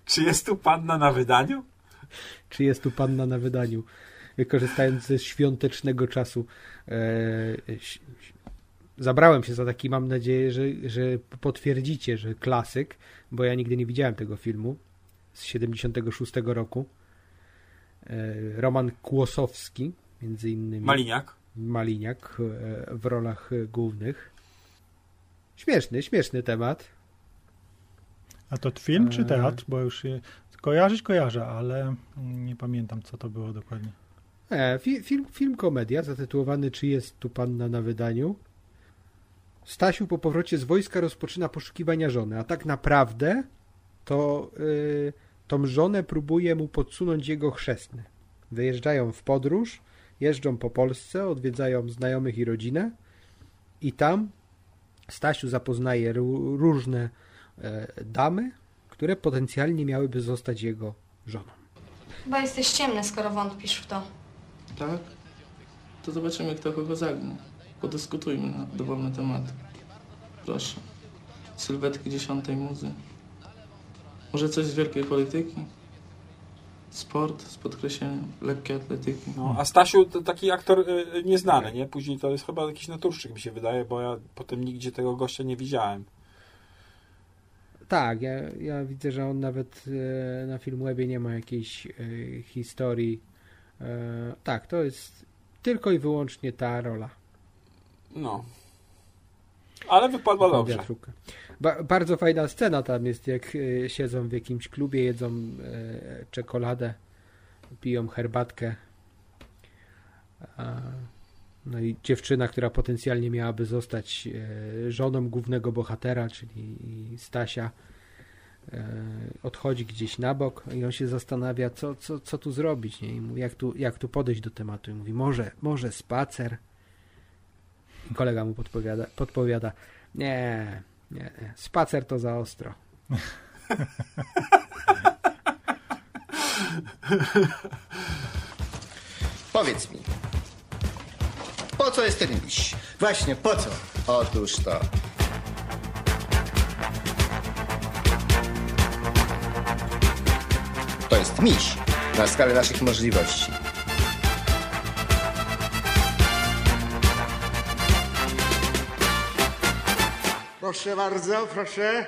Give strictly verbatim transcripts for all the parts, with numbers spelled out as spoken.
Czy jest tu panna na wydaniu? Czy jest tu panna na wydaniu? Korzystając ze świątecznego czasu. E, zabrałem się za taki, mam nadzieję, że, że potwierdzicie, że klasyk, bo ja nigdy nie widziałem tego filmu z siedemdziesiątego szóstego roku. E, Roman Kłosowski, między innymi. Maliniak. Maliniak e, w rolach głównych. Śmieszny, śmieszny temat. A to film czy teatr? Bo już je kojarzyć kojarzę, ale nie pamiętam, co to było dokładnie. E, fi, film, film komedia zatytułowany Czy jest tu panna na wydaniu? Stasiu po powrocie z wojska rozpoczyna poszukiwania żony, a tak naprawdę to yy, tą żonę próbuje mu podsunąć jego chrzestny. Wyjeżdżają w podróż, jeżdżą po Polsce, odwiedzają znajomych i rodzinę i tam Stasiu zapoznaje różne e, damy, które potencjalnie miałyby zostać jego żoną. Chyba jesteś ciemny, skoro wątpisz w to. Tak? To zobaczymy, kto kogo zagnie. Podyskutujmy na dowolne tematy. Proszę. Sylwetki dziesiątej muzy. Może coś z wielkiej polityki? Sport z podkreśleniem lekkiej atletyki. No, a Stasiu to taki aktor y, nieznany, nie? Później to jest chyba jakiś naturszczyk, mi się wydaje, bo ja potem nigdzie tego gościa nie widziałem. Tak, ja, ja widzę, że on nawet e, na Filmwebie nie ma jakiejś e, historii. E, tak, to jest tylko i wyłącznie ta rola. No. Ale wypadła dobrze. Ba- bardzo fajna scena tam jest, jak e, siedzą w jakimś klubie, jedzą e, czekoladę, piją herbatkę. A, no i dziewczyna, która potencjalnie miałaby zostać e, żoną głównego bohatera, czyli Stasia, e, odchodzi gdzieś na bok i on się zastanawia, co, co, co tu zrobić, nie? I mówi, jak tu, jak tu podejść do tematu. I mówi, może, może spacer. I kolega mu podpowiada, podpowiada nie, nie, nie, spacer to za ostro. Powiedz mi, po co jest ten miś? Właśnie, po co? Otóż to. To jest miś na skalę naszych możliwości. Proszę bardzo, proszę.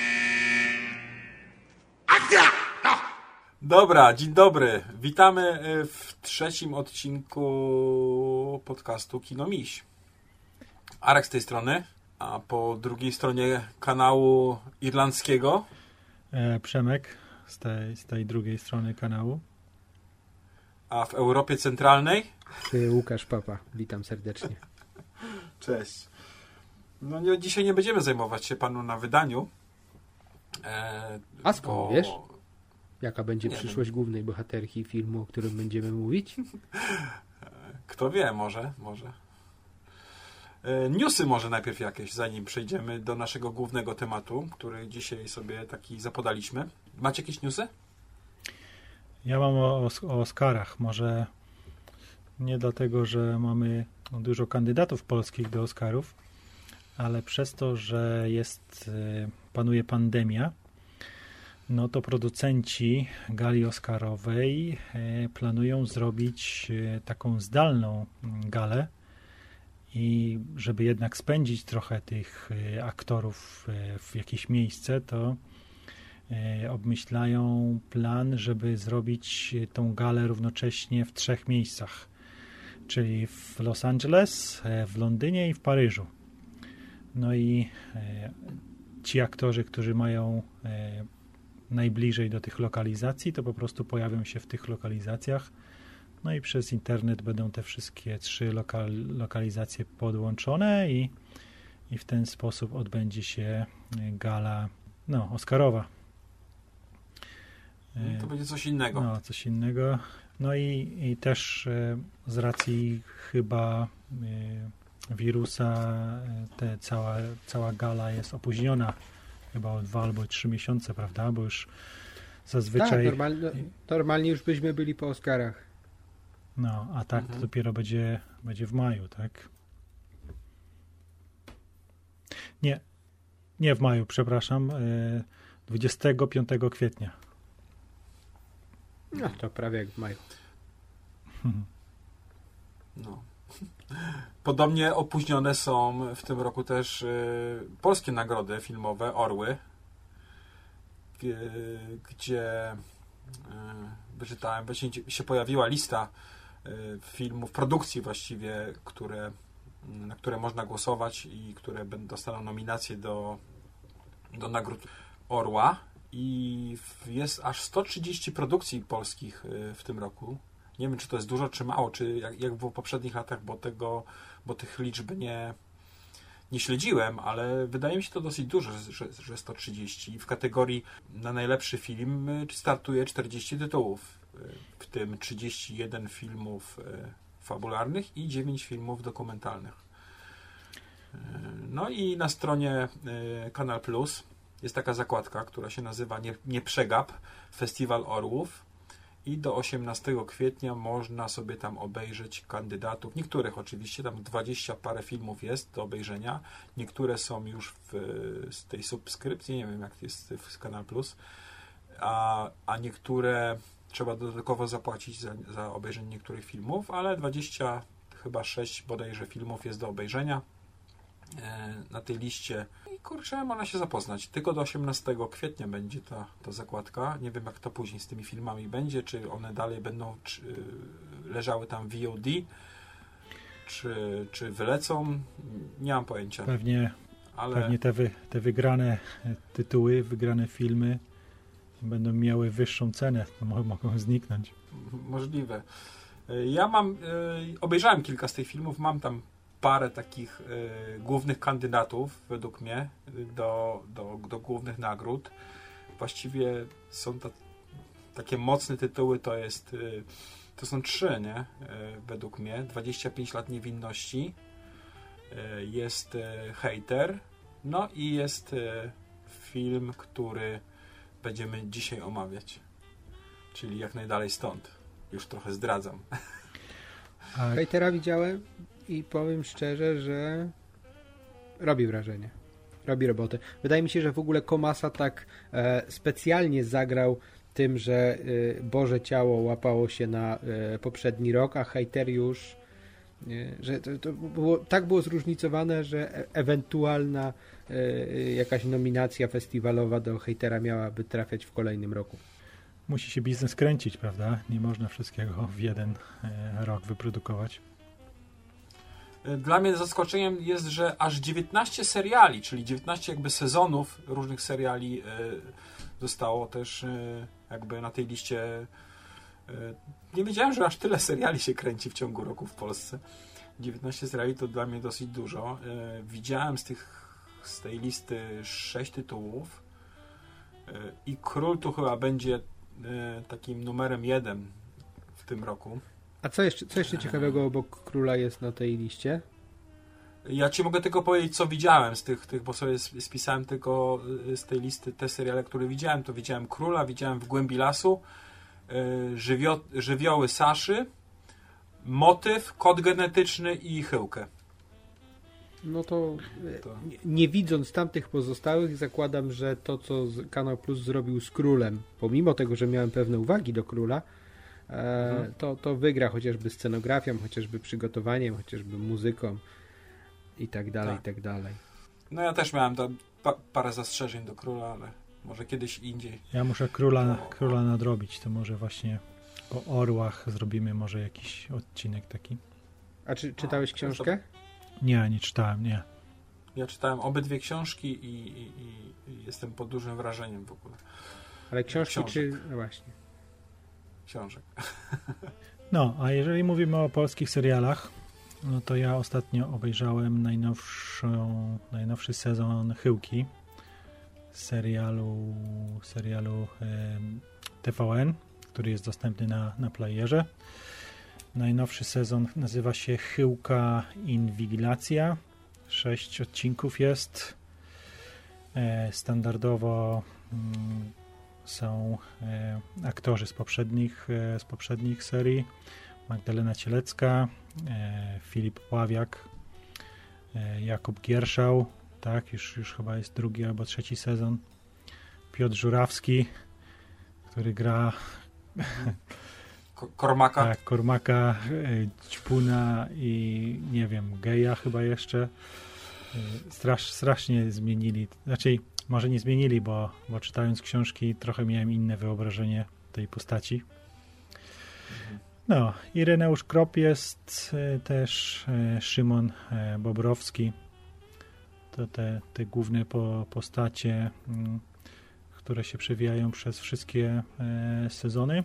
Akcja! No. Dobra, dzień dobry. Witamy w trzecim odcinku podcastu Kino Miś. Arek z tej strony, a po drugiej stronie kanału irlandzkiego e, Przemek z tej, z tej drugiej strony kanału. A w Europie Centralnej Ty, Łukasz Papa. Witam serdecznie. Cześć. No nie, dzisiaj nie będziemy zajmować się panu na wydaniu. E, A skąd bo... wiesz? Jaka będzie nie przyszłość wiem. głównej bohaterki filmu, o którym będziemy mówić? Kto wie, może, może. E, newsy może najpierw jakieś, zanim przejdziemy do naszego głównego tematu, który dzisiaj sobie taki zapodaliśmy. Macie jakieś newsy? Ja mam o, o Oscarach. Może nie dlatego, że mamy dużo kandydatów polskich do Oscarów, ale przez to, że jest, panuje pandemia, no to producenci gali oscarowej planują zrobić taką zdalną galę i żeby jednak spędzić trochę tych aktorów w jakieś miejsce, to obmyślają plan, żeby zrobić tą galę równocześnie w trzech miejscach, czyli w Los Angeles, w Londynie i w Paryżu. No i e, ci aktorzy, którzy mają e, najbliżej do tych lokalizacji, to po prostu pojawią się w tych lokalizacjach. No i przez internet będą te wszystkie trzy lokal, lokalizacje podłączone i, i w ten sposób odbędzie się gala no, Oscarowa. No to będzie coś innego. No, coś innego. No i, i też e, z racji chyba e, wirusa te, cała, cała gala jest opóźniona chyba o dwa albo trzy miesiące, prawda? Bo już zazwyczaj... Tak, normalnie, normalnie już byśmy byli po Oscarach. No, a tak mhm. to dopiero będzie, będzie w maju, tak? Nie, nie w maju, przepraszam. dwudziestego piątego kwietnia. No to prawie jak w maju. No. Podobnie opóźnione są w tym roku też y, polskie nagrody filmowe, Orły, g, gdzie y, wyczytałem, właśnie się pojawiła lista y, filmów, produkcji właściwie, które, na które można głosować i które będą dostaną nominacje do, do nagród Orła. I jest aż sto trzydzieści produkcji polskich y, w tym roku. Nie wiem, czy to jest dużo, czy mało, czy jak, jak było w poprzednich latach, bo tego, bo tych liczb nie, nie śledziłem, ale wydaje mi się to dosyć dużo, że, że sto trzydzieści. W kategorii na najlepszy film startuje czterdzieści tytułów, w tym trzydzieści jeden filmów fabularnych i dziewięć filmów dokumentalnych. No i na stronie Kanal Plus jest taka zakładka, która się nazywa Nie, nie przegap, Festiwal Orłów. I do osiemnastego kwietnia można sobie tam obejrzeć kandydatów. Niektórych oczywiście, tam dwadzieścia parę filmów jest do obejrzenia. Niektóre są już w, z tej subskrypcji, nie wiem jak jest w Kanal Plus, a, a niektóre trzeba dodatkowo zapłacić za, za obejrzenie niektórych filmów, ale dwadzieścia chyba sześć bodajże filmów jest do obejrzenia na tej liście. I kurczę, można się zapoznać. Tylko do osiemnastego kwietnia będzie ta, ta zakładka. Nie wiem, jak to później z tymi filmami będzie, czy one dalej będą czy, leżały tam w V O D, czy, czy wylecą. Nie mam pojęcia. Pewnie, ale... pewnie te, wy, te wygrane tytuły, wygrane filmy będą miały wyższą cenę. Mogą zniknąć. Możliwe. Ja mam, obejrzałem kilka z tych filmów, mam tam parę takich y, głównych kandydatów według mnie do, do, do głównych nagród. Właściwie są to takie mocne tytuły, to jest y, to są trzy, nie? Y, według mnie. dwadzieścia pięć lat niewinności, y, jest y, Hejter, no i jest y, film, który będziemy dzisiaj omawiać. Czyli Jak najdalej stąd. Już trochę zdradzam. A... Hejtera widziałem i powiem szczerze, że robi wrażenie. Robi robotę. Wydaje mi się, że w ogóle Komasa tak e, specjalnie zagrał tym, że e, Boże Ciało łapało się na e, poprzedni rok, a Hejter już e, że to, to było, tak było zróżnicowane, że e- ewentualna e, jakaś nominacja festiwalowa do Hejtera miałaby trafiać w kolejnym roku. Musi się biznes kręcić, prawda? Nie można wszystkiego w jeden e, rok wyprodukować. Dla mnie zaskoczeniem jest, że aż dziewiętnaście seriali, czyli dziewiętnaście jakby sezonów różnych seriali y, zostało też y, jakby na tej liście. Y, nie wiedziałem, że aż tyle seriali się kręci w ciągu roku w Polsce. dziewiętnaście seriali to dla mnie dosyć dużo. Y, widziałem z tych z tej listy sześć tytułów y, i Król tu chyba będzie y, takim numerem jeden w tym roku. A co jeszcze, co jeszcze ciekawego obok Króla jest na tej liście? Ja ci mogę tylko powiedzieć, co widziałem z tych, tych bo sobie spisałem tylko z tej listy te seriale, które widziałem. To widziałem Króla, widziałem W głębi lasu, żywio, Żywioły Saszy, Motyw, Kod genetyczny i Chyłkę. No to, to... Nie, nie widząc tamtych pozostałych, zakładam, że to, co Kanał Plus zrobił z Królem, pomimo tego, że miałem pewne uwagi do Króla, Mhm. To, to wygra chociażby scenografią, chociażby przygotowaniem, chociażby muzyką i tak dalej, tak. i tak dalej. No ja też miałem tam pa- parę zastrzeżeń do Króla, ale może kiedyś indziej. Ja muszę Króla, to... króla nadrobić, to może właśnie o Orłach zrobimy może jakiś odcinek taki. A czy czytałeś A, książkę? To... Nie, nie czytałem, nie. Ja czytałem obydwie książki i, i, i jestem pod dużym wrażeniem w ogóle. Ale książki Książek. czy... No właśnie. Książek. No, a jeżeli mówimy o polskich serialach, no to ja ostatnio obejrzałem najnowszą, najnowszy sezon Chyłki serialu, serialu e, T V N, który jest dostępny na, na playerze. Najnowszy sezon nazywa się Chyłka Inwigilacja. Sześć odcinków jest. E, standardowo mm, są e, aktorzy z poprzednich, e, z poprzednich serii. Magdalena Cielecka, e, Filip Ławiak, e, Jakub Gierszał, tak, już, już chyba jest drugi albo trzeci sezon. Piotr Żurawski, który gra Kormaka. Tak, Kormaka, Ćpuna i nie wiem, Geja chyba jeszcze. Strasz, strasznie zmienili. Znaczy, może nie zmienili, bo, bo czytając książki trochę miałem inne wyobrażenie tej postaci. No, Ireneusz Krop jest też, Szymon Bobrowski. To te, te główne po, postacie, które się przewijają przez wszystkie sezony.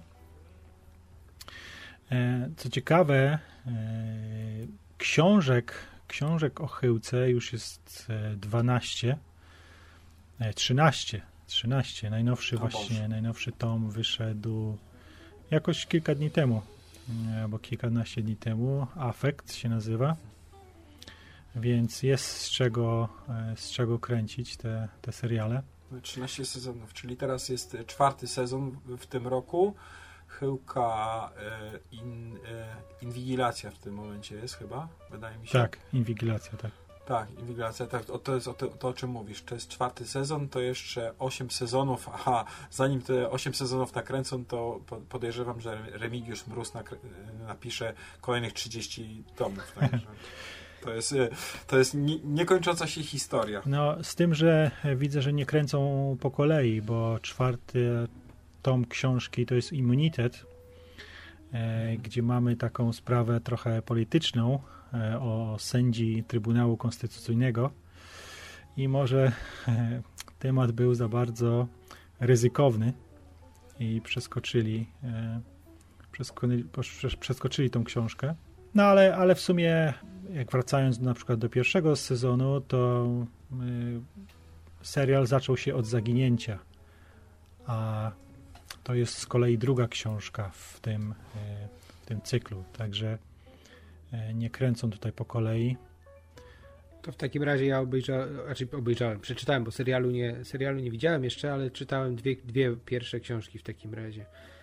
Co ciekawe, książek, książek o Chyłce już jest dwanaście, trzynaście, trzynaście. Najnowszy o właśnie, Boże. najnowszy tom wyszedł jakoś kilka dni temu, albo kilkanaście dni temu. Afekt się nazywa, więc jest z czego, z czego kręcić te, te seriale. trzynaście sezonów, czyli teraz jest czwarty sezon w tym roku. Chyłka e, in, e, Inwigilacja w tym momencie jest chyba, wydaje mi się. Tak, Inwigilacja, tak. Tak, Inwigilacja, tak, o, to jest o, to, to, o czym mówisz. To jest czwarty sezon, to jeszcze osiem sezonów, a zanim te osiem sezonów nakręcą, to podejrzewam, że Remigiusz Mróz nakre, napisze kolejnych trzydzieści tomów. Także to jest, to jest nie, niekończąca się historia. No, z tym, że widzę, że nie kręcą po kolei, bo czwarty tom książki to jest Immunitet, e, gdzie mamy taką sprawę trochę polityczną e, o sędzi Trybunału Konstytucyjnego i może e, temat był za bardzo ryzykowny i przeskoczyli e, przeskoczyli, przeskoczyli tą książkę. No ale, ale w sumie jak wracając na przykład do pierwszego sezonu, to e, serial zaczął się od zaginięcia, a to jest z kolei druga książka w tym, w tym cyklu, także nie kręcą tutaj po kolei. To w takim razie ja obejrzałem, znaczy obejrzałem, przeczytałem, bo serialu nie, serialu nie widziałem jeszcze, ale czytałem dwie, dwie pierwsze książki w takim razie.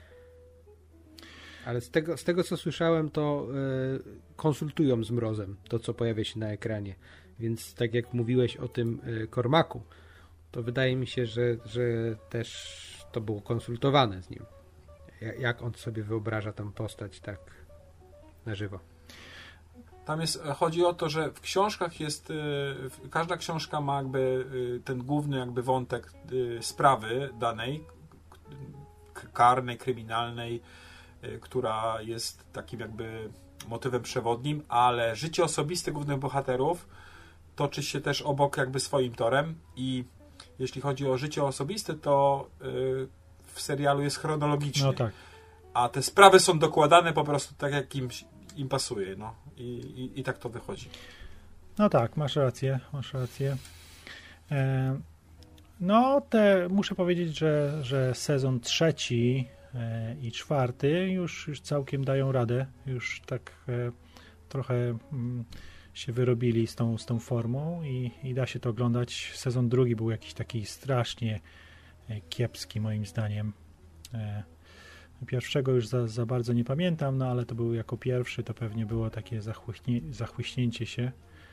Ale z tego, z tego co słyszałem, to y, konsultują z Mrozem to, co pojawia się na ekranie. Więc tak jak mówiłeś o tym y, Kormaku, to wydaje mi się, że, że też to było konsultowane z nim. Jak on sobie wyobraża tam postać tak na żywo. Tam jest, chodzi o to, że w książkach jest, każda książka ma jakby ten główny jakby wątek sprawy danej, karnej, kryminalnej, która jest takim jakby motywem przewodnim, ale życie osobiste głównych bohaterów toczy się też obok jakby swoim torem i jeśli chodzi o życie osobiste, to yy, w serialu jest chronologicznie. No tak. A te sprawy są dokładane po prostu tak, jak im, im pasuje. No. I, i, I tak to wychodzi. No tak, masz rację, masz rację. E, no, te, muszę powiedzieć, że, że sezon trzeci e, i czwarty już, już całkiem dają radę. Już tak e, trochę mm, się wyrobili z tą, z tą formą i, i da się to oglądać. Sezon drugi był jakiś taki strasznie kiepski moim zdaniem. Pierwszego już za, za bardzo nie pamiętam, no ale to był jako pierwszy, to pewnie było takie zachłyśnie, zachłyśnięcie się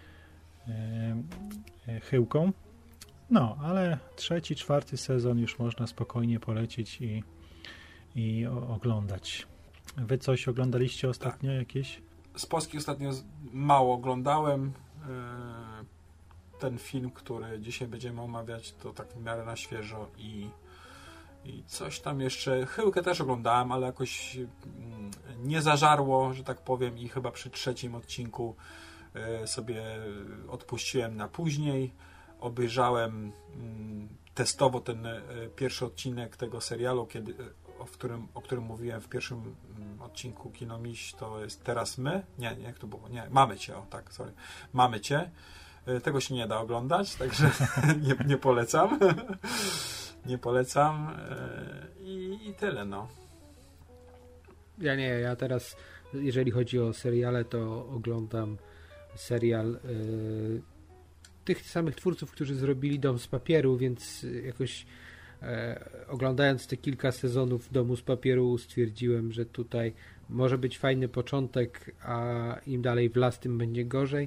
Chyłką. No, ale trzeci, czwarty sezon już można spokojnie polecieć i, i o, oglądać. Wy coś oglądaliście ostatnio tak. jakieś? Z Polski ostatnio mało oglądałem. Ten film, który dzisiaj będziemy omawiać, to tak w miarę na świeżo i, i coś tam jeszcze. Chyłkę też oglądałem, ale jakoś nie zażarło, że tak powiem, i chyba przy trzecim odcinku sobie odpuściłem na później. Obejrzałem testowo ten pierwszy odcinek tego serialu, kiedy, o, którym, o którym mówiłem w pierwszym odcinku Kino Miś, to jest Teraz My. Nie, nie, jak to było? Nie, Mamy Cię, o tak, sorry. Mamy Cię. Tego się nie da oglądać, także nie, nie polecam. Nie polecam. I, i tyle, no. Ja nie, ja teraz, jeżeli chodzi o seriale, to oglądam serial y, tych samych twórców, którzy zrobili Dom z papieru, więc jakoś e, oglądając te kilka sezonów Domu z papieru stwierdziłem, że tutaj może być fajny początek, a im dalej w las, tym będzie gorzej.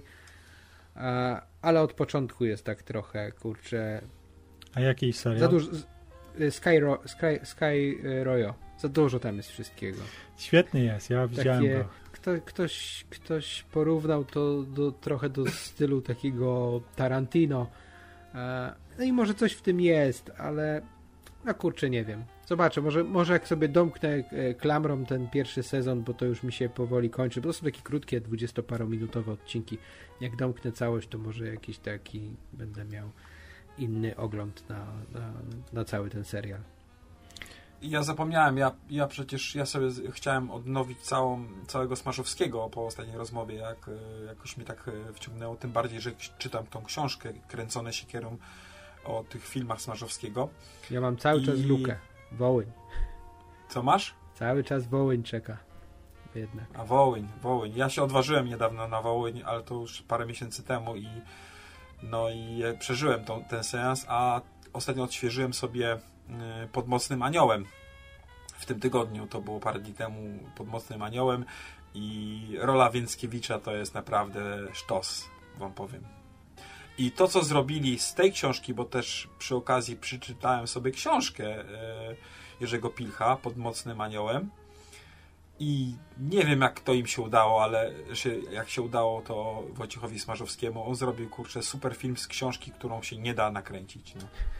A, ale od początku jest tak trochę, kurczę... A jaki serial? Za dużo, Sky, Ro, Sky, Sky Royo. Za dużo tam jest wszystkiego. Świetny jest, ja widziałem Takie, go. Kto, ktoś, ktoś porównał to do, trochę do stylu takiego Tarantino. No i może coś w tym jest, ale no kurczę, nie wiem. Zobaczę, może, może jak sobie domknę klamrą ten pierwszy sezon, bo to już mi się powoli kończy, bo to są takie krótkie, dwudziestoparominutowe odcinki. Jak domknę całość, to może jakiś taki będę miał inny ogląd na, na, na cały ten serial. Ja zapomniałem, ja, ja przecież ja sobie z, chciałem odnowić całą, całego Smaszowskiego po ostatniej rozmowie, jak y, jakoś mnie tak y, wciągnęło, tym bardziej, że czytam tą książkę Kręcone siekierą o tych filmach Smaszowskiego. Ja mam cały I... czas lukę. Wołyń. Co masz? Cały czas Wołyń czeka. Jednak. A Wołyń, Wołyń. Ja się odważyłem niedawno na Wołyń, ale to już parę miesięcy temu i no i przeżyłem tą, ten seans, a ostatnio odświeżyłem sobie Pod Mocnym Aniołem. W tym tygodniu, to było parę dni temu, Pod Mocnym Aniołem i rola Więckiewicza to jest naprawdę sztos, wam powiem. I to, co zrobili z tej książki, bo też przy okazji przeczytałem sobie książkę Jerzego Pilcha, Pod Mocnym Aniołem, i nie wiem, jak to im się udało, ale jak się udało to Wojciechowi Smarzowskiemu, on zrobił, kurczę, super film z książki, którą się nie da nakręcić. No.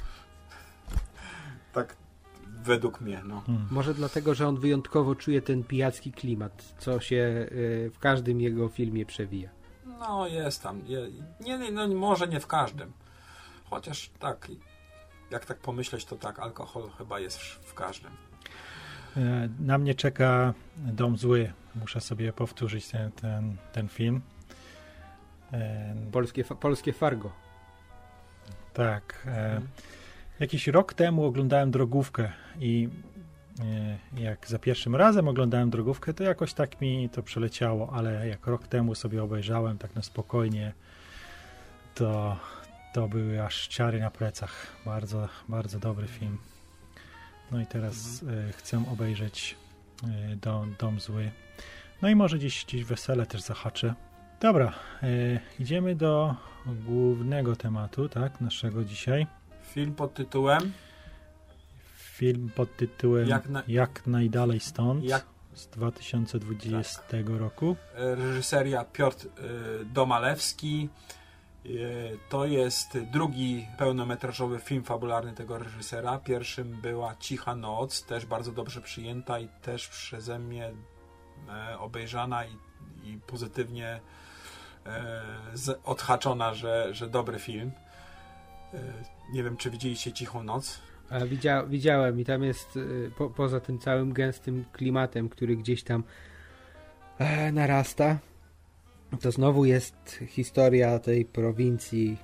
Tak według mnie. No. Hmm. Może dlatego, że on wyjątkowo czuje ten pijacki klimat, co się y, w każdym jego filmie przewija. No jest tam. Je, nie, nie, no, może nie w każdym. Chociaż tak, jak tak pomyśleć, to tak, alkohol chyba jest w, w każdym. Na mnie czeka Dom Zły. Muszę sobie powtórzyć ten, ten, ten film. Polskie, polskie Fargo. Tak. Hmm. Jakiś rok temu oglądałem Drogówkę i jak za pierwszym razem oglądałem Drogówkę, to jakoś tak mi to przeleciało, ale jak rok temu sobie obejrzałem tak na spokojnie, to, to były aż ciary na plecach. Bardzo, bardzo dobry film. No i teraz mhm. chcę obejrzeć Dom, Dom Zły. No i może gdzieś, gdzieś wesele też zahaczę. Dobra, idziemy do głównego tematu, tak, naszego dzisiaj. Film pod tytułem? Film pod tytułem Jak, na... Jak najdalej stąd Jak... z dwa tysiące dwudziestego tak. roku. Reżyseria Piotr y, Domalewski. Y, to jest drugi pełnometrażowy film fabularny tego reżysera. Pierwszym była Cicha noc, też bardzo dobrze przyjęta i też przeze mnie e, obejrzana i, i pozytywnie e, z, odhaczona, że, że dobry film. Nie wiem, czy widzieliście Cichą noc? A widzia, widziałem i tam jest po, poza tym całym gęstym klimatem, który gdzieś tam e, narasta, to znowu jest historia tej prowincji.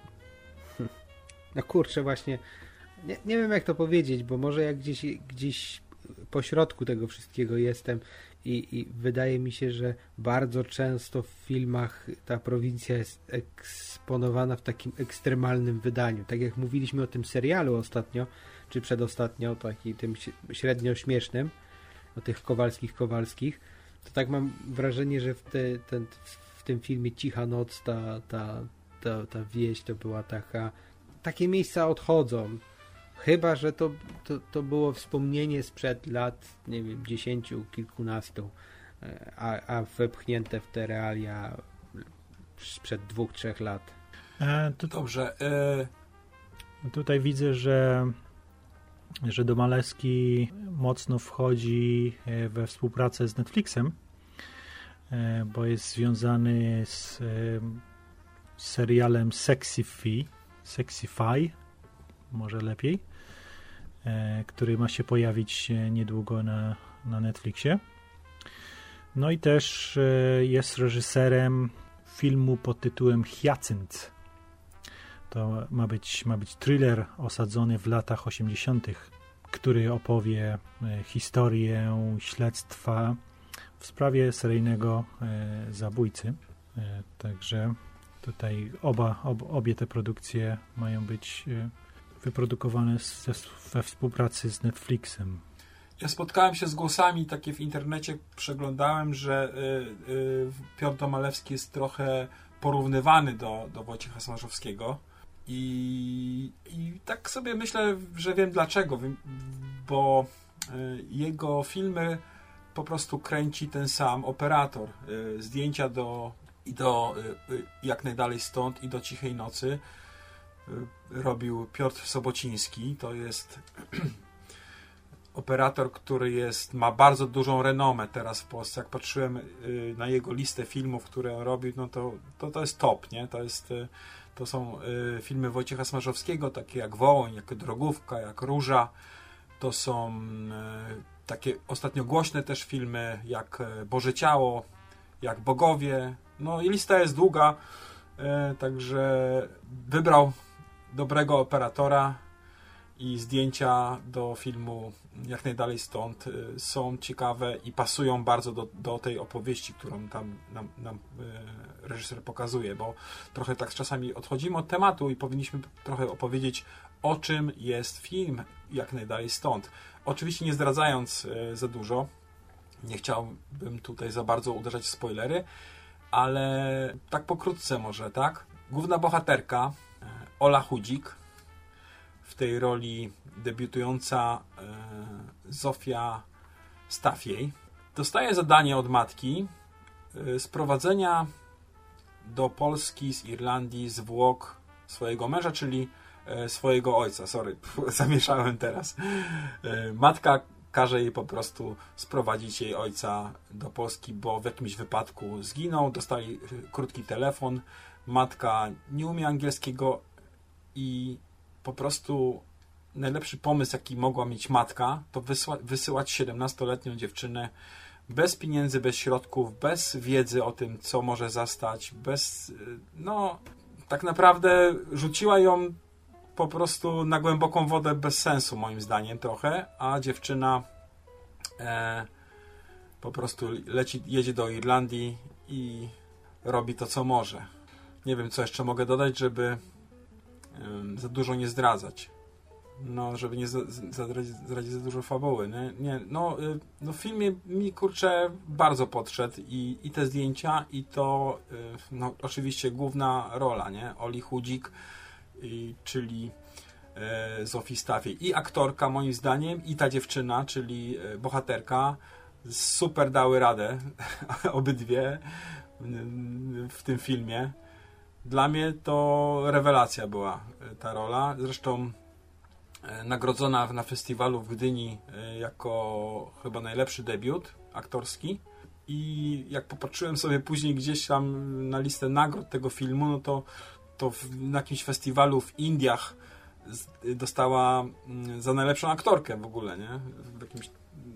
No kurczę, właśnie nie, nie wiem, jak to powiedzieć, bo może jak gdzieś, gdzieś po środku tego wszystkiego jestem i, i wydaje mi się, że bardzo często w filmach ta prowincja jest eksponowana w takim ekstremalnym wydaniu. Tak jak mówiliśmy o tym serialu ostatnio, czy przedostatnio, takim tym średnio śmiesznym, o tych Kowalskich Kowalskich, to tak mam wrażenie, że w, te, ten, w tym filmie Cicha noc ta, ta, ta, ta wieś to była taka, takie miejsca odchodzą. Chyba że to, to, to było wspomnienie sprzed lat, nie wiem, dziesięciu, kilkunastu, a, a wepchnięte w te realia sprzed dwóch, trzech lat. E, to, Dobrze. E... Tutaj widzę, że, że Domalewski mocno wchodzi we współpracę z Netflixem, bo jest związany z serialem Sexify, Sexify, może lepiej, który ma się pojawić niedługo na, na Netflixie. No i też jest reżyserem filmu pod tytułem Hyacynt. To ma być, ma być thriller osadzony w latach osiemdziesiątych, który opowie historię śledztwa w sprawie seryjnego zabójcy. Także tutaj oba, ob, obie te produkcje mają być wyprodukowane z, we współpracy z Netflixem. Ja spotkałem się z głosami, takie w internecie przeglądałem, że y, y, Piotr Domalewski jest trochę porównywany do, do Wojciecha Smarzowskiego. I, I tak sobie myślę, że wiem dlaczego, bo jego filmy po prostu kręci ten sam operator. Zdjęcia do, i do Jak najdalej stąd i do Cichej nocy robił Piotr Sobociński. To jest operator, który jest, ma bardzo dużą renomę teraz w Polsce. Jak patrzyłem na jego listę filmów, które on robił, no to, to, to jest top, nie? To jest, to są filmy Wojciecha Smarzowskiego, takie jak Wołoń, jak Drogówka, jak Róża. To są takie ostatnio głośne też filmy, jak Boże Ciało, jak Bogowie. No i lista jest długa, także wybrał dobrego operatora i zdjęcia do filmu Jak najdalej stąd są ciekawe i pasują bardzo do, do tej opowieści, którą tam nam, nam reżyser pokazuje, bo trochę tak czasami odchodzimy od tematu i powinniśmy trochę opowiedzieć, o czym jest film Jak najdalej stąd. Oczywiście nie zdradzając za dużo, nie chciałbym tutaj za bardzo uderzać w spoilery, ale tak pokrótce może, tak? Główna bohaterka Ola Chudzik, w tej roli debiutująca e, Zofia Stafiej, dostaje zadanie od matki e, sprowadzenia do Polski z Irlandii zwłok swojego męża, czyli e, swojego ojca. Sorry, zamieszałem teraz. E, matka każe jej po prostu sprowadzić jej ojca do Polski, bo w jakimś wypadku zginął, dostali krótki telefon, matka nie umie angielskiego i po prostu najlepszy pomysł, jaki mogła mieć matka, to wysła, wysyłać siedemnastoletnią dziewczynę bez pieniędzy, bez środków, bez wiedzy o tym, co może zastać, bez, no, tak naprawdę rzuciła ją po prostu na głęboką wodę bez sensu, moim zdaniem trochę, a dziewczyna e, po prostu leci, jedzie do Irlandii i robi to, co może. Nie wiem, co jeszcze mogę dodać, żeby za dużo nie zdradzać. No, żeby nie zdradzić, zdradzić za dużo fabuły. Nie? Nie, no, no w filmie mi, kurczę, bardzo podszedł i, i te zdjęcia, i to no, oczywiście główna rola, nie? Oli Chudzik, i, czyli e, Zofii Stafiej. I aktorka, moim zdaniem, i ta dziewczyna, czyli bohaterka, super dały radę obydwie w tym filmie. Dla mnie to rewelacja była ta rola. Zresztą nagrodzona na festiwalu w Gdyni jako chyba najlepszy debiut aktorski. I jak popatrzyłem sobie później gdzieś tam na listę nagród tego filmu, no to, to w, na jakimś festiwalu w Indiach dostała za najlepszą aktorkę w ogóle, nie? W jakimś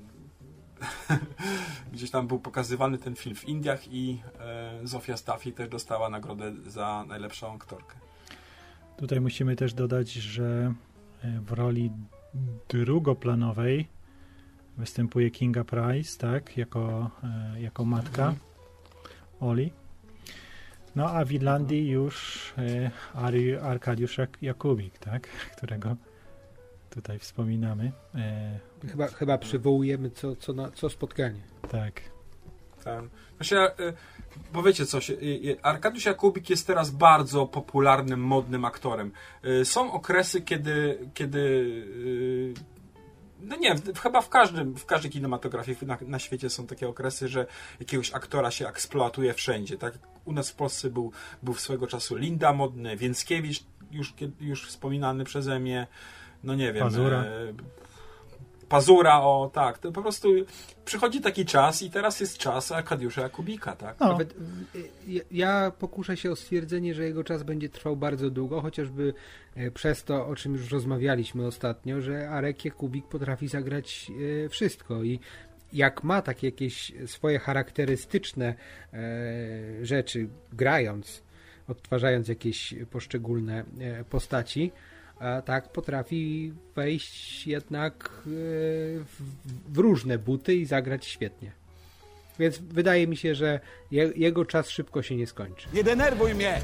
gdzieś tam był pokazywany ten film w Indiach i e, Zofia Stafiej też dostała nagrodę za najlepszą aktorkę. Tutaj musimy też dodać, że w roli drugoplanowej występuje Kinga Price, tak, jako, e, jako matka mhm. Oli. No a w Irlandii już e, Ari, Arkadiusz Jakubik, tak, którego tutaj wspominamy. E, chyba, chyba przywołujemy co, co, na, co spotkanie. Tak. Tak. Myślę, bo wiecie coś, Arkadiusz Jakubik jest teraz bardzo popularnym, modnym aktorem. Są okresy, kiedy, kiedy no nie, chyba w każdym, w każdej kinematografii na, na świecie są takie okresy, że jakiegoś aktora się eksploatuje wszędzie. Tak? U nas w Polsce był, był swego czasu Linda modny, Więckiewicz, już, już wspominany przeze mnie, no nie wiem. Pazura. E, Pazura, o tak, to po prostu przychodzi taki czas i teraz jest czas Arkadiusza Jakubika, tak? No. Nawet ja pokuszę się o stwierdzenie, że jego czas będzie trwał bardzo długo, chociażby przez to, o czym już rozmawialiśmy ostatnio, że Arek Jakubik potrafi zagrać wszystko i jak ma takie jakieś swoje charakterystyczne rzeczy, grając, odtwarzając jakieś poszczególne postaci, a tak potrafi wejść jednak w różne buty i zagrać świetnie. Więc wydaje mi się, że je, jego czas szybko się nie skończy. Nie denerwuj mnie!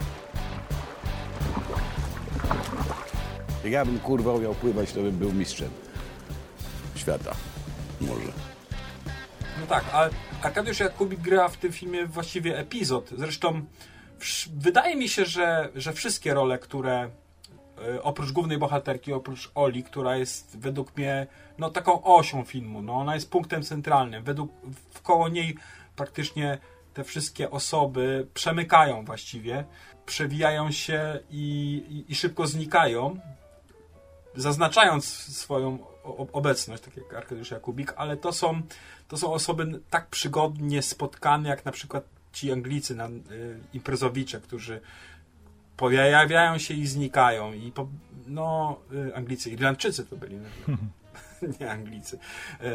Jak ja bym kurwa umiał pływać, to bym był mistrzem świata. Może. No tak, a Arkadiusz Jakubik gra w tym filmie właściwie epizod. Zresztą wydaje mi się, że, że wszystkie role, które oprócz głównej bohaterki, oprócz Oli, która jest według mnie no, taką osią filmu, no, ona jest punktem centralnym. Według, wkoło niej praktycznie te wszystkie osoby przemykają właściwie, przewijają się i, i, i szybko znikają, zaznaczając swoją obecność, tak jak Arkadiusz Jakubik, ale to są, to są osoby tak przygodnie spotkane, jak na przykład ci Anglicy, na, y, imprezowicze, którzy pojawiają się i znikają. I po, no, y, Anglicy, Irlandczycy to byli. No, nie Anglicy. Y,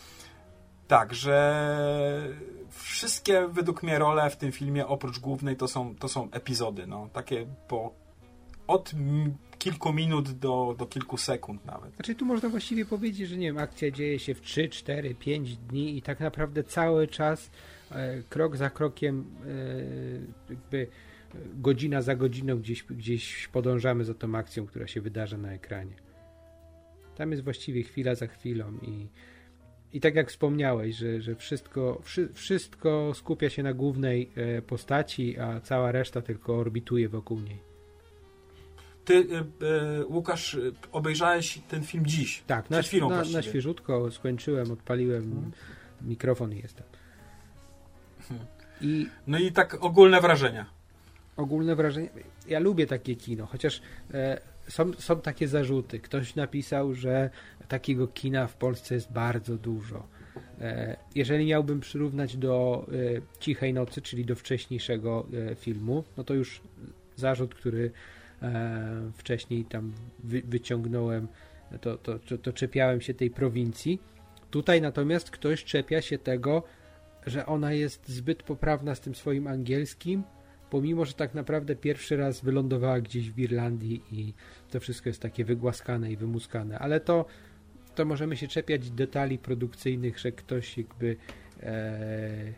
Także wszystkie według mnie role w tym filmie, oprócz głównej, to są, to są epizody. No, takie po od m- kilku minut do, do kilku sekund nawet. Znaczy tu można właściwie powiedzieć, że nie wiem, akcja dzieje się w trzy, cztery, pięć dni i tak naprawdę cały czas e, krok za krokiem e, jakby godzina za godziną gdzieś, gdzieś podążamy za tą akcją, która się wydarza na ekranie. Tam jest właściwie chwila za chwilą i, i tak jak wspomniałeś, że, że wszystko, wszy, wszystko skupia się na głównej e, postaci, a cała reszta tylko orbituje wokół niej. Ty, y, y, Łukasz, y, obejrzałeś ten film dziś. Tak, na, na, na świeżutko skończyłem, odpaliłem hmm. mikrofon i jestem. Hmm. I no i tak ogólne wrażenia. Ogólne wrażenia. Ja lubię takie kino, chociaż e, są, są takie zarzuty. Ktoś napisał, że takiego kina w Polsce jest bardzo dużo. E, jeżeli miałbym przyrównać do e, Cichej Nocy, czyli do wcześniejszego e, filmu, no to już zarzut, który e, wcześniej tam wy, wyciągnąłem, to, to, to, to czepiałem się tej prowincji. Tutaj natomiast ktoś czepia się tego, że ona jest zbyt poprawna z tym swoim angielskim, pomimo że tak naprawdę pierwszy raz wylądowała gdzieś w Irlandii i to wszystko jest takie wygłaskane i wymuskane, ale to, to możemy się czepiać detali produkcyjnych, że ktoś jakby e,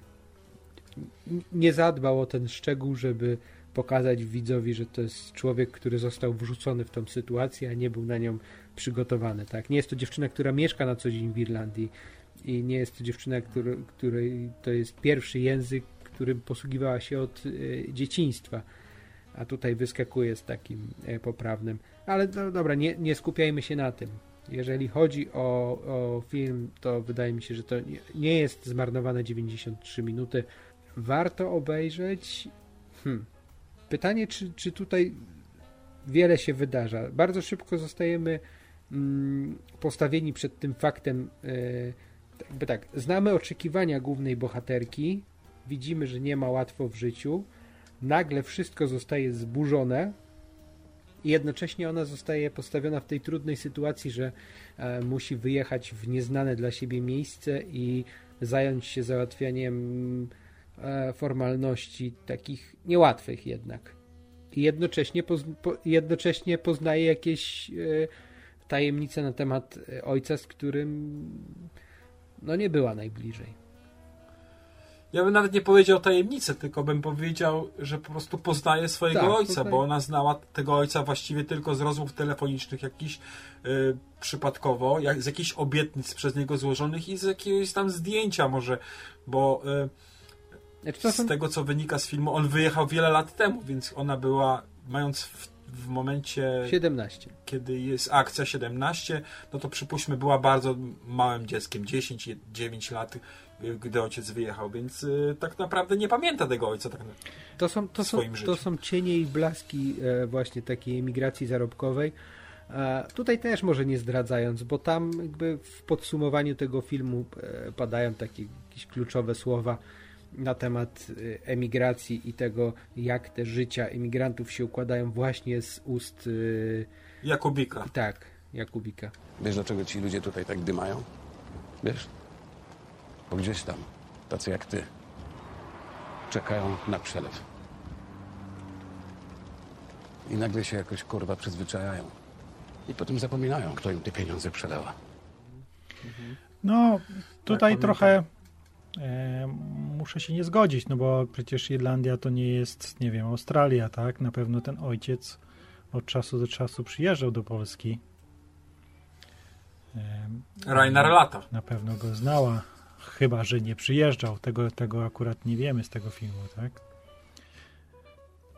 nie zadbał o ten szczegół, żeby pokazać widzowi, że to jest człowiek, który został wrzucony w tą sytuację, a nie był na nią przygotowany. Tak? Nie jest to dziewczyna, która mieszka na co dzień w Irlandii i nie jest to dziewczyna, który, której to jest pierwszy język, którym posługiwała się od y, dzieciństwa, a tutaj wyskakuje z takim y, poprawnym. Ale no, dobra, nie, nie skupiajmy się na tym. Jeżeli chodzi o, o film, to wydaje mi się, że to nie, nie jest zmarnowane dziewięćdziesiąt trzy minuty. Warto obejrzeć. Hmm. Pytanie, czy, czy tutaj wiele się wydarza. Bardzo szybko zostajemy mm, postawieni przed tym faktem, y, jakby tak, znamy oczekiwania głównej bohaterki, widzimy, że nie ma łatwo w życiu, nagle wszystko zostaje zburzone i jednocześnie ona zostaje postawiona w tej trudnej sytuacji, że e, musi wyjechać w nieznane dla siebie miejsce i zająć się załatwianiem e, formalności takich niełatwych jednak. I jednocześnie, poz, po, jednocześnie poznaje jakieś e, tajemnice na temat ojca, z którym no nie była najbliżej. Ja bym nawet nie powiedział tajemnicę, tylko bym powiedział, że po prostu poznaje swojego tak, ojca, poznaje. bo ona znała tego ojca właściwie tylko z rozmów telefonicznych jakichś y, przypadkowo, jak, z jakichś obietnic przez niego złożonych i z jakiegoś tam zdjęcia może, bo y, znaczy, z są... tego, co wynika z filmu, on wyjechał wiele lat temu, więc ona była, mając w, w momencie... siedemnaście. Kiedy jest akcja siedemnaście, no to przypuśćmy była bardzo małym dzieckiem, dziesięć dziewięć lat, gdy ojciec wyjechał, więc y, tak naprawdę nie pamięta tego ojca tak to są, to w swoim są, życiu. To są cienie i blaski e, właśnie takiej emigracji zarobkowej. E, tutaj też może nie zdradzając, bo tam jakby w podsumowaniu tego filmu e, padają takie jakieś kluczowe słowa na temat e, emigracji i tego, jak te życia emigrantów się układają właśnie z ust e, Jakubika. Tak, Jakubika. Wiesz, dlaczego ci ludzie tutaj tak dymają? Wiesz? Bo gdzieś tam, tacy jak ty, czekają na przelew. I nagle się jakoś, kurwa, przyzwyczajają. I potem zapominają, kto im te pieniądze przelewa. No, tutaj tak, trochę e, muszę się nie zgodzić, no bo przecież Irlandia to nie jest, nie wiem, Australia, tak? Na pewno ten ojciec od czasu do czasu przyjeżdżał do Polski. E, Rajnar lata. Na pewno go znała. Chyba że nie przyjeżdżał. Tego, tego akurat nie wiemy z tego filmu, tak?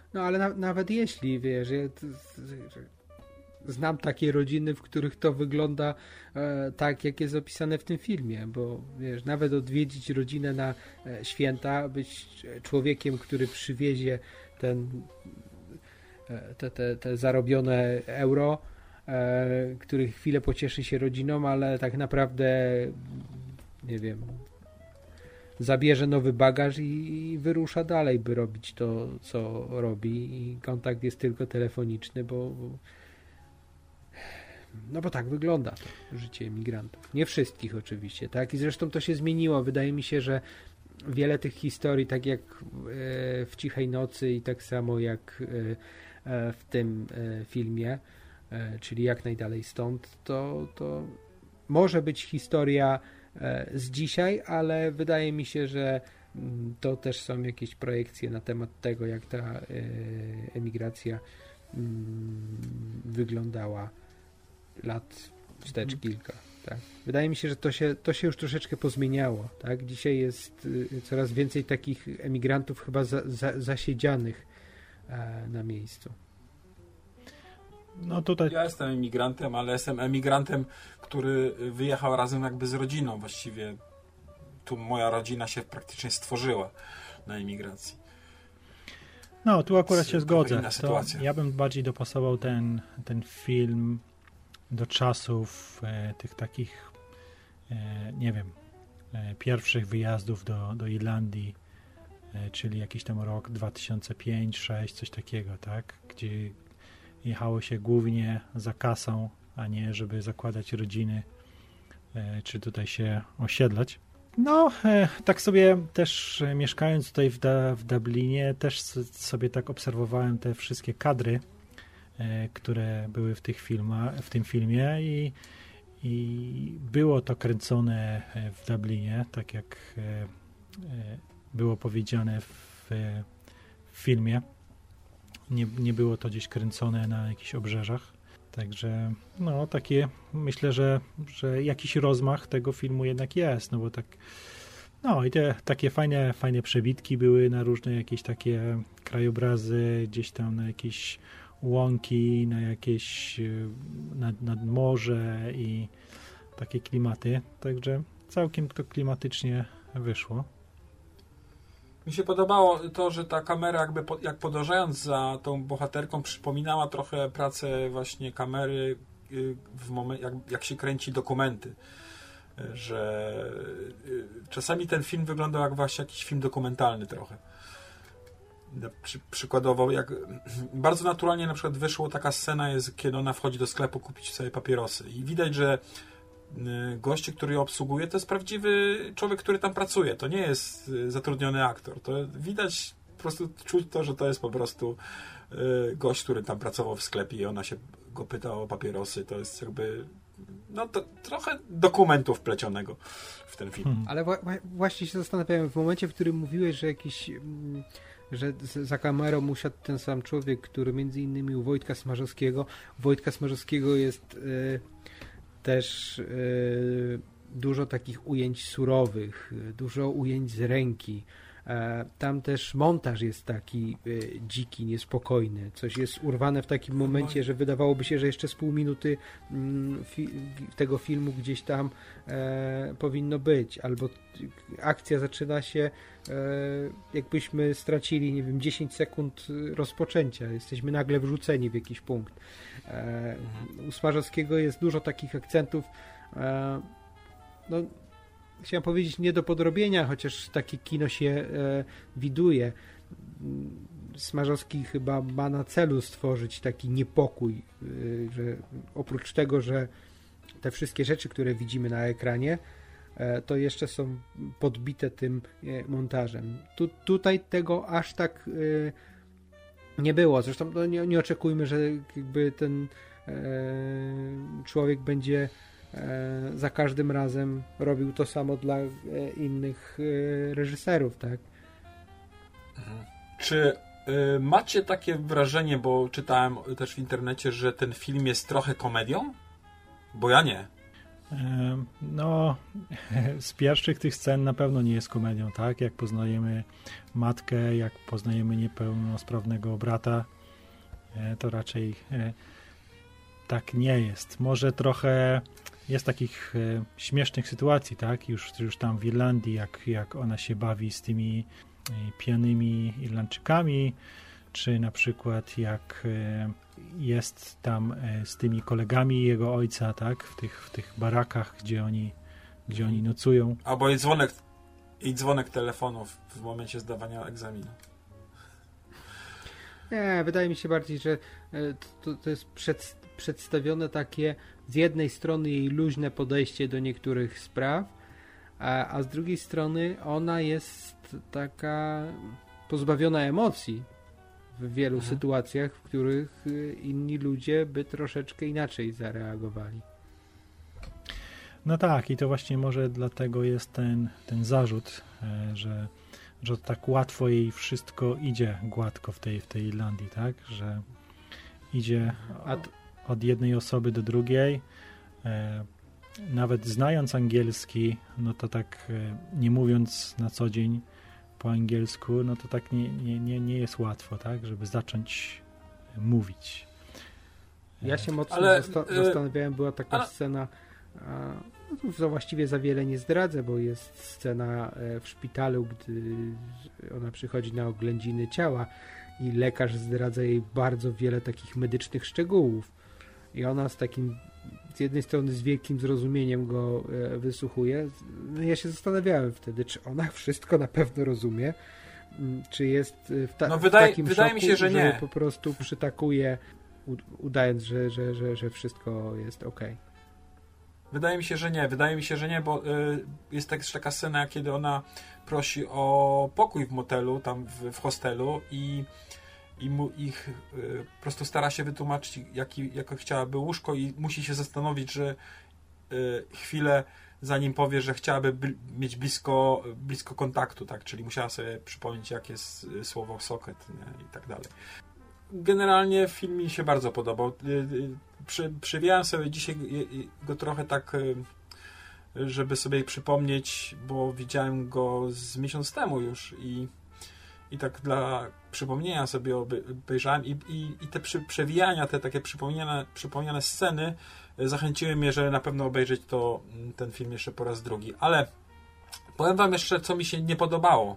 No ale na, nawet jeśli, wiesz, ja, to, to, znam takie rodziny, w których to wygląda e, tak, jak jest opisane w tym filmie, bo wiesz, nawet odwiedzić rodzinę na e, święta, być człowiekiem, który przywiezie ten, e, te, te, te zarobione euro, e, który chwilę pocieszy się rodziną, ale tak naprawdę, nie wiem, zabierze nowy bagaż i, i wyrusza dalej, by robić to, co robi, i kontakt jest tylko telefoniczny, bo no bo tak wygląda to życie emigrantów. Nie wszystkich oczywiście, tak? I zresztą to się zmieniło. Wydaje mi się, że wiele tych historii, tak jak w Cichej Nocy i tak samo jak w tym filmie, czyli Jak najdalej stąd, to, to może być historia z dzisiaj, ale wydaje mi się, że to też są jakieś projekcje na temat tego, jak ta emigracja wyglądała lat wstecz kilka. Tak? Wydaje mi się, że to się, to się już troszeczkę pozmieniało. Tak? Dzisiaj jest y, coraz więcej takich emigrantów chyba za, za, zasiedzianych e, na miejscu. No tutaj... Ja jestem emigrantem, ale jestem emigrantem, który wyjechał razem jakby z rodziną. Właściwie tu moja rodzina się praktycznie stworzyła na emigracji. No, tu akurat się zgodzę. To ja bym bardziej dopasował ten, ten film do czasów e, tych takich, e, nie wiem, e, pierwszych wyjazdów do, do Irlandii, e, czyli jakiś tam rok dwa tysiące piąty, dwa tysiące szósty, coś takiego, tak? Gdzie jechało się głównie za kasą, a nie żeby zakładać rodziny, e, czy tutaj się osiedlać. No, e, tak sobie też e, mieszkając tutaj w, da, w Dublinie, też sobie tak obserwowałem te wszystkie kadry, e, które były w tych filmach, w tym filmie i, i było to kręcone w Dublinie, tak jak e, e, było powiedziane w, w filmie. Nie, nie było to gdzieś kręcone na jakichś obrzeżach. Także no takie, myślę, że, że jakiś rozmach tego filmu jednak jest, no bo tak, no i te takie fajne, fajne przebitki były na różne jakieś takie krajobrazy, gdzieś tam na jakieś łąki, na jakieś nad, nad morze i takie klimaty, także całkiem to klimatycznie wyszło. Mi się podobało to, że ta kamera jakby po, jak podążając za tą bohaterką przypominała trochę pracę właśnie kamery w momencie, jak, jak się kręci dokumenty. Że czasami ten film wyglądał jak właśnie jakiś film dokumentalny trochę. Przy, przykładowo, jak bardzo naturalnie na przykład wyszło taka scena jest, kiedy ona wchodzi do sklepu kupić sobie papierosy i widać, że goście, który ją obsługuje, to jest prawdziwy człowiek, który tam pracuje. To nie jest zatrudniony aktor. To widać, po prostu czuć to, że to jest po prostu gość, który tam pracował w sklepie i ona się go pyta o papierosy. To jest jakby no to trochę dokumentu wplecionego w ten film. Hmm. Ale wa- właśnie się zastanawiałem, w momencie, w którym mówiłeś, że jakiś że za kamerą usiadł ten sam człowiek, który między innymi u Wojtka Smarzowskiego. U Wojtka Smarzowskiego jest y- też y, dużo takich ujęć surowych, y, dużo ujęć z ręki. E, tam też montaż jest taki y, dziki, niespokojny. Coś jest urwane w takim momencie, że wydawałoby się, że jeszcze z pół minuty y, fi, tego filmu gdzieś tam e, powinno być. Albo akcja zaczyna się e, jakbyśmy stracili, nie wiem, dziesięć sekund rozpoczęcia. Jesteśmy nagle wrzuceni w jakiś punkt. E, u Smarzowskiego jest dużo takich akcentów, e, no chciałem powiedzieć nie do podrobienia, chociaż takie kino się e, widuje. Smarzowski chyba ma na celu stworzyć taki niepokój, e, że oprócz tego, że te wszystkie rzeczy, które widzimy na ekranie, e, to jeszcze są podbite tym e, montażem. Tu, tutaj tego aż tak e, nie było. Zresztą no, nie, nie oczekujmy, że jakby ten e, człowiek będzie e, za każdym razem robił to samo dla e, innych e, reżyserów, tak? Mhm. Czy y, macie takie wrażenie, bo czytałem też w internecie, że ten film jest trochę komedią? Bo ja nie. E, no, z pierwszych tych scen na pewno nie jest komedią, tak? Jak poznajemy matkę, jak poznajemy niepełnosprawnego brata, to raczej tak nie jest. Może trochę jest takich śmiesznych sytuacji, tak? Już, już tam w Irlandii, jak, jak ona się bawi z tymi pijanymi Irlandczykami, czy na przykład jak jest tam z tymi kolegami jego ojca, tak? W tych, w tych barakach, gdzie oni, gdzie oni nocują. Albo i dzwonek, i dzwonek telefonu w, w momencie zdawania egzaminu. Nie, wydaje mi się bardziej, że to, to jest przed, przedstawione takie z jednej strony jej luźne podejście do niektórych spraw, a, a z drugiej strony ona jest taka pozbawiona emocji w wielu mhm. sytuacjach, w których inni ludzie by troszeczkę inaczej zareagowali. No tak, i to właśnie może dlatego jest ten, ten zarzut, że, że tak łatwo jej wszystko idzie gładko w tej, w tej Irlandii, tak? Że idzie od, od jednej osoby do drugiej. Nawet znając angielski, no to tak nie mówiąc na co dzień po angielsku, no to tak nie, nie, nie, nie jest łatwo, tak? Żeby zacząć mówić. Ja się mocno ale, zasta- zastanawiałem, była taka ale... scena, a, no to właściwie za wiele nie zdradzę, bo jest scena w szpitalu, gdy ona przychodzi na oględziny ciała i lekarz zdradza jej bardzo wiele takich medycznych szczegółów i ona z takim z jednej strony z wielkim zrozumieniem go e, wysłuchuje. Ja się zastanawiałem wtedy, czy ona wszystko na pewno rozumie, czy jest w, ta- no wydaje, w takim wydaje szoku, mi się, że nie. po prostu przytakuje, udając, że, że, że, że wszystko jest okej. Wydaje mi się, że nie. Wydaje mi się, że nie, bo y, jest tak, taka scena, kiedy ona prosi o pokój w motelu, tam w, w hostelu i i mu ich y, po prostu stara się wytłumaczyć, jaki, jakie chciałaby łóżko i musi się zastanowić, że y, chwilę zanim powie, że chciałaby bl- mieć blisko, blisko kontaktu, tak, czyli musiała sobie przypomnieć, jakie jest y, słowo socket, nie? I tak dalej. Generalnie film mi się bardzo podobał. Y, y, przy, przywijałem sobie dzisiaj y, go trochę tak, y, żeby sobie przypomnieć, bo widziałem go z miesiąc temu już i I tak dla przypomnienia sobie obejrzałem i, i, i te przy, przewijania, te takie przypomniane, przypomniane sceny zachęciły mnie, że na pewno obejrzeć to, ten film jeszcze po raz drugi. Ale powiem wam jeszcze, co mi się nie podobało.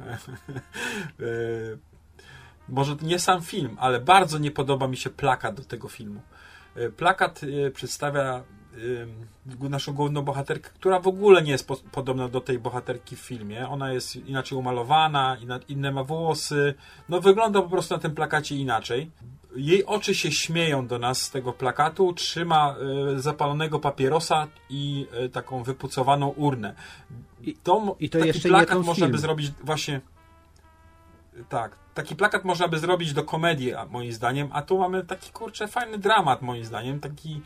Może nie sam film, ale bardzo nie podoba mi się plakat do tego filmu. Plakat przedstawia naszą główną bohaterkę, która w ogóle nie jest po, podobna do tej bohaterki w filmie. Ona jest inaczej umalowana, inna, inne ma włosy. No wygląda po prostu na tym plakacie inaczej. Jej oczy się śmieją do nas z tego plakatu, trzyma y, zapalonego papierosa i y, taką wypucowaną urnę. To, I to taki jeszcze plakat nie można film. by zrobić właśnie tak. Taki plakat można by zrobić do komedii, moim zdaniem, a tu mamy taki, kurczę, fajny dramat, moim zdaniem, taki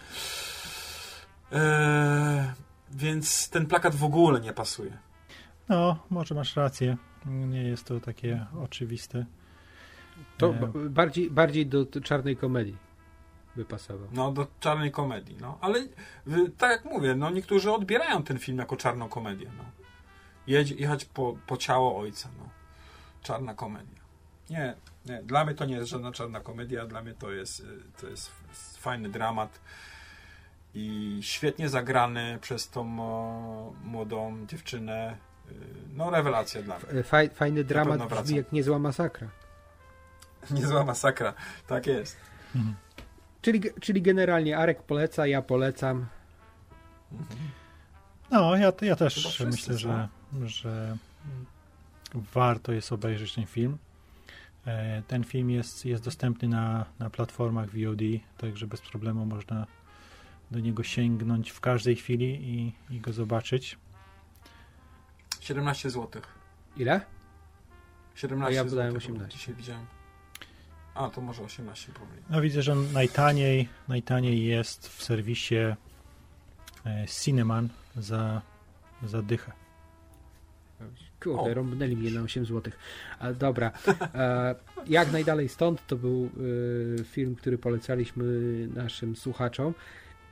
Eee, więc ten plakat w ogóle nie pasuje. No, może masz rację. Nie jest to takie oczywiste. To eee. bardziej, bardziej do czarnej komedii by pasował. No, do czarnej komedii, no. Ale tak jak mówię, no niektórzy odbierają ten film jako czarną komedię, no. Jedź, jechać po, po ciało ojca, no. Czarna komedia. Nie, nie, dla mnie to nie jest żadna czarna komedia, dla mnie to jest, to jest fajny dramat i świetnie zagrany przez tą o, młodą dziewczynę. No, rewelacja dla mnie. Faj, fajny dramat brzmi wracam. jak niezła masakra. Niezła masakra, tak jest. Mhm. Czyli, czyli generalnie Arek poleca, ja polecam. Mhm. No, ja, ja też myślę, że, że warto jest obejrzeć ten film. Ten film jest, jest dostępny na, na platformach V O D, także bez problemu można do niego sięgnąć w każdej chwili i, i go zobaczyć. siedemnaście złotych. Ile? siedemnaście ja podałem złotych, osiemnaście. Dzisiaj widziałem. A, to może osiemnaście powiem. No widzę, że najtaniej, najtaniej jest w serwisie Cineman za, za dychę. Kurde, rąbnęli mnie na osiem złotych. Ale dobra. E, jak najdalej stąd to był e, film, który polecaliśmy naszym słuchaczom.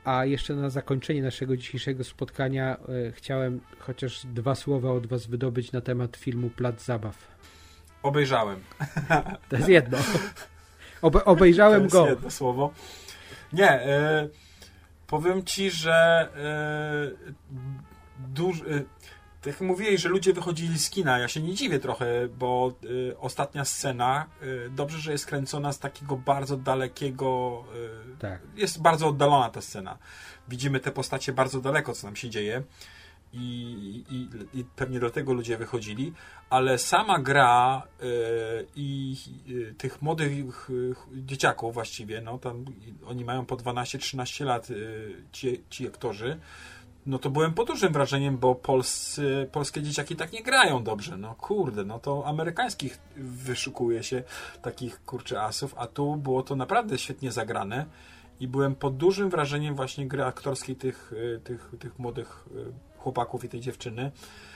A jeszcze na zakończenie naszego dzisiejszego spotkania e, chciałem chociaż dwa słowa od was wydobyć na temat filmu Plac Zabaw. Obejrzałem. To jest jedno. Obe, obejrzałem to jest go. jedno słowo. Nie, e, powiem ci, że e, duż, e, tak jak mówiłeś, że ludzie wychodzili z kina, ja się nie dziwię trochę, bo e, ostatnia scena, e, dobrze, że jest kręcona z takiego bardzo dalekiego, e, Tak. jest bardzo oddalona ta scena. Widzimy te postacie bardzo daleko, co nam się dzieje. I, i, i pewnie do tego ludzie wychodzili, ale sama gra y, i y, tych młodych y, dzieciaków właściwie, no tam oni mają po dwanaście trzynaście lat, y, ci, ci aktorzy, no to byłem pod dużym wrażeniem, bo polscy, polskie dzieciaki tak nie grają dobrze, no kurde, no to amerykańskich wyszukuje się takich kurczę asów, a tu było to naprawdę świetnie zagrane i byłem pod dużym wrażeniem właśnie gry aktorskiej tych, tych, tych młodych chłopaków i tej dziewczyny.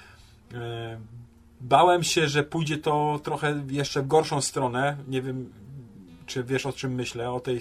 Bałem się, że pójdzie to trochę jeszcze w gorszą stronę. Nie wiem, czy wiesz, o czym myślę, o tej,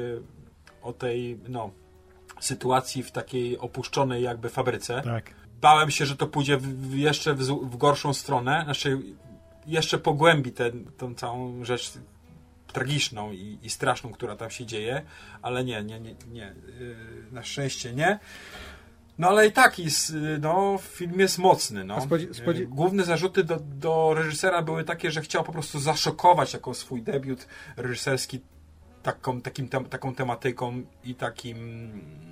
o tej no, sytuacji w takiej opuszczonej jakby fabryce. Tak. Bałem się, że to pójdzie w, jeszcze w, w gorszą stronę, znaczy jeszcze pogłębi ten, tą całą rzecz tragiczną i, i straszną, która tam się dzieje, ale nie, nie, nie, nie. Na szczęście nie. No ale i tak jest, no, film jest mocny. No. Spodzie- spodzie- Główne zarzuty do, do reżysera były takie, że chciał po prostu zaszokować jako swój debiut reżyserski taką, takim, tam, taką tematyką i takim,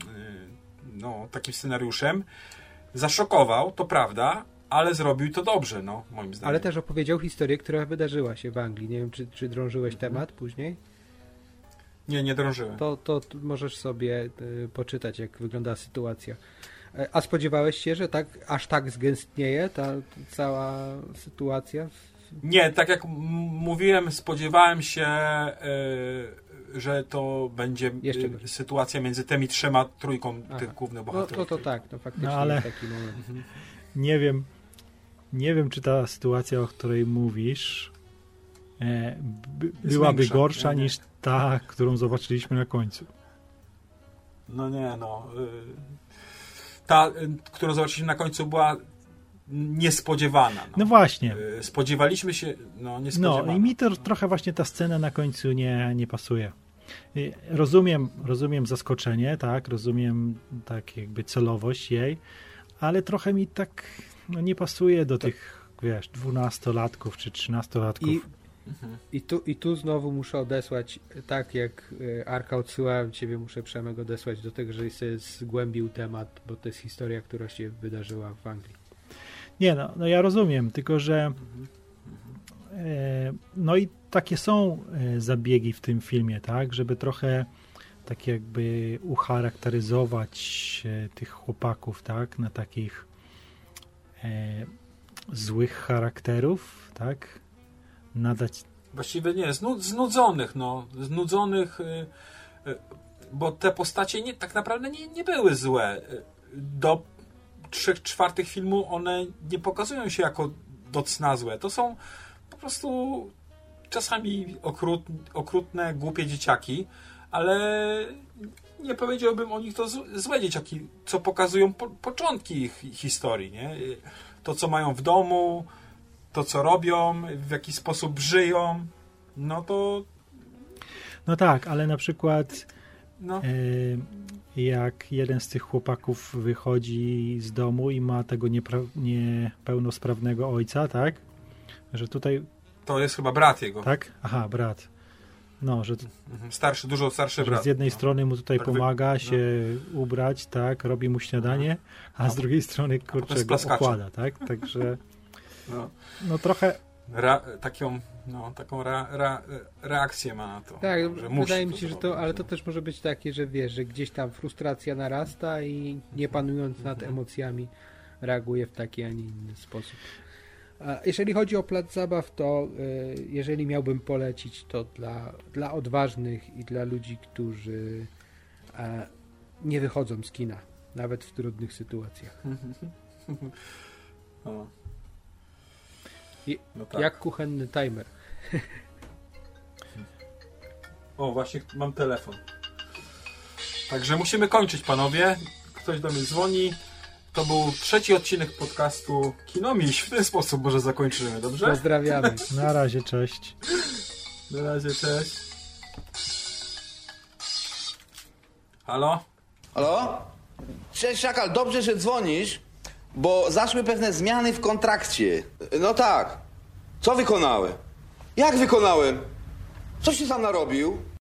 no, takim scenariuszem. Zaszokował, to prawda, ale zrobił to dobrze, no, moim zdaniem. Ale też opowiedział historię, która wydarzyła się w Anglii. Nie wiem, czy, czy drążyłeś Mhm. temat później? Nie, nie drążyłem. To, to t- możesz sobie y, poczytać, jak wygląda sytuacja. E, A spodziewałeś się, że tak aż tak zgęstnieje ta, ta cała sytuacja? Nie, tak jak m- mówiłem, spodziewałem się, y, że to będzie Jeszcze y, gorzej. sytuacja między tymi trzema trójką Aha. tych głównych No bohaterów. to, to tak, no faktycznie No, ale- jest taki moment. Nie wiem, nie wiem, czy ta sytuacja, o której mówisz, e, by, byłaby większa, gorsza nie, nie. niż ta, którą zobaczyliśmy na końcu. No nie, no. y, Ta, y, którą zobaczyliśmy na końcu, była niespodziewana. No, No właśnie. Y, Spodziewaliśmy się, no No niespodziewana. i mi to trochę właśnie ta scena na końcu nie, nie pasuje. Y, Rozumiem, rozumiem zaskoczenie, tak, rozumiem tak jakby celowość jej, ale trochę mi tak no, nie pasuje do tych, wiesz, dwunastolatków czy trzynastolatków. I, i, tu, I tu znowu muszę odesłać, tak jak y, Arka odsyłałem ciebie, muszę Przemek odesłać do tego, żebyś sobie zgłębił temat, bo to jest historia, która się wydarzyła w Anglii. Nie, no, no ja rozumiem, tylko że e, no i takie są e, zabiegi w tym filmie, tak, żeby trochę tak jakby ucharakteryzować e, tych chłopaków, tak, na takich e, złych charakterów, tak, nadać. Właściwie nie, znu, znudzonych, no. Znudzonych, y, y, bo te postacie nie, tak naprawdę nie, nie były złe. Y, Do trzech czwartych filmu one nie pokazują się jako do cna złe. To są po prostu czasami okrut, okrutne, głupie dzieciaki, ale nie powiedziałbym o nich to z- złe dzieciaki, co pokazują po, początki ich historii, nie? To, co mają w domu, to, co robią, w jaki sposób żyją, no to No tak, ale na przykład no, e, jak jeden z tych chłopaków wychodzi z domu i ma tego niepra- niepełnosprawnego ojca, tak, że tutaj, to jest chyba brat jego. tak, aha, brat, no, że Mhm. Starszy, dużo starszy że brat. z jednej no. strony mu tutaj Tak wy- pomaga no. się ubrać, tak, robi mu śniadanie, a z drugiej strony kurczę jest go plaskaczem. okłada, tak, także No. no trochę, Ra, taką, no, taką ra, ra, reakcję ma na to. Tak, że musi wydaje mi się, że zrobić, to, ale no. to też może być takie, że wiesz, że gdzieś tam frustracja narasta i nie panując nad emocjami reaguje w taki, a nie inny sposób. A jeżeli chodzi o plac zabaw, to y, jeżeli miałbym polecić to dla, dla odważnych i dla ludzi, którzy e, nie wychodzą z kina, nawet w trudnych sytuacjach. O. I, No tak. Jak kuchenny timer. O, właśnie mam telefon. Także musimy kończyć, panowie. Ktoś do mnie dzwoni. To był trzeci odcinek podcastu Kinomiś. W ten sposób może zakończymy, dobrze? Pozdrawiamy. Na razie, cześć. Na razie, cześć. Halo? Halo? Cześć, Szakal, dobrze, że dzwonisz, bo zaszły pewne zmiany w kontrakcie. No tak. Co wykonałem? Jak wykonałem? Co się sam narobił?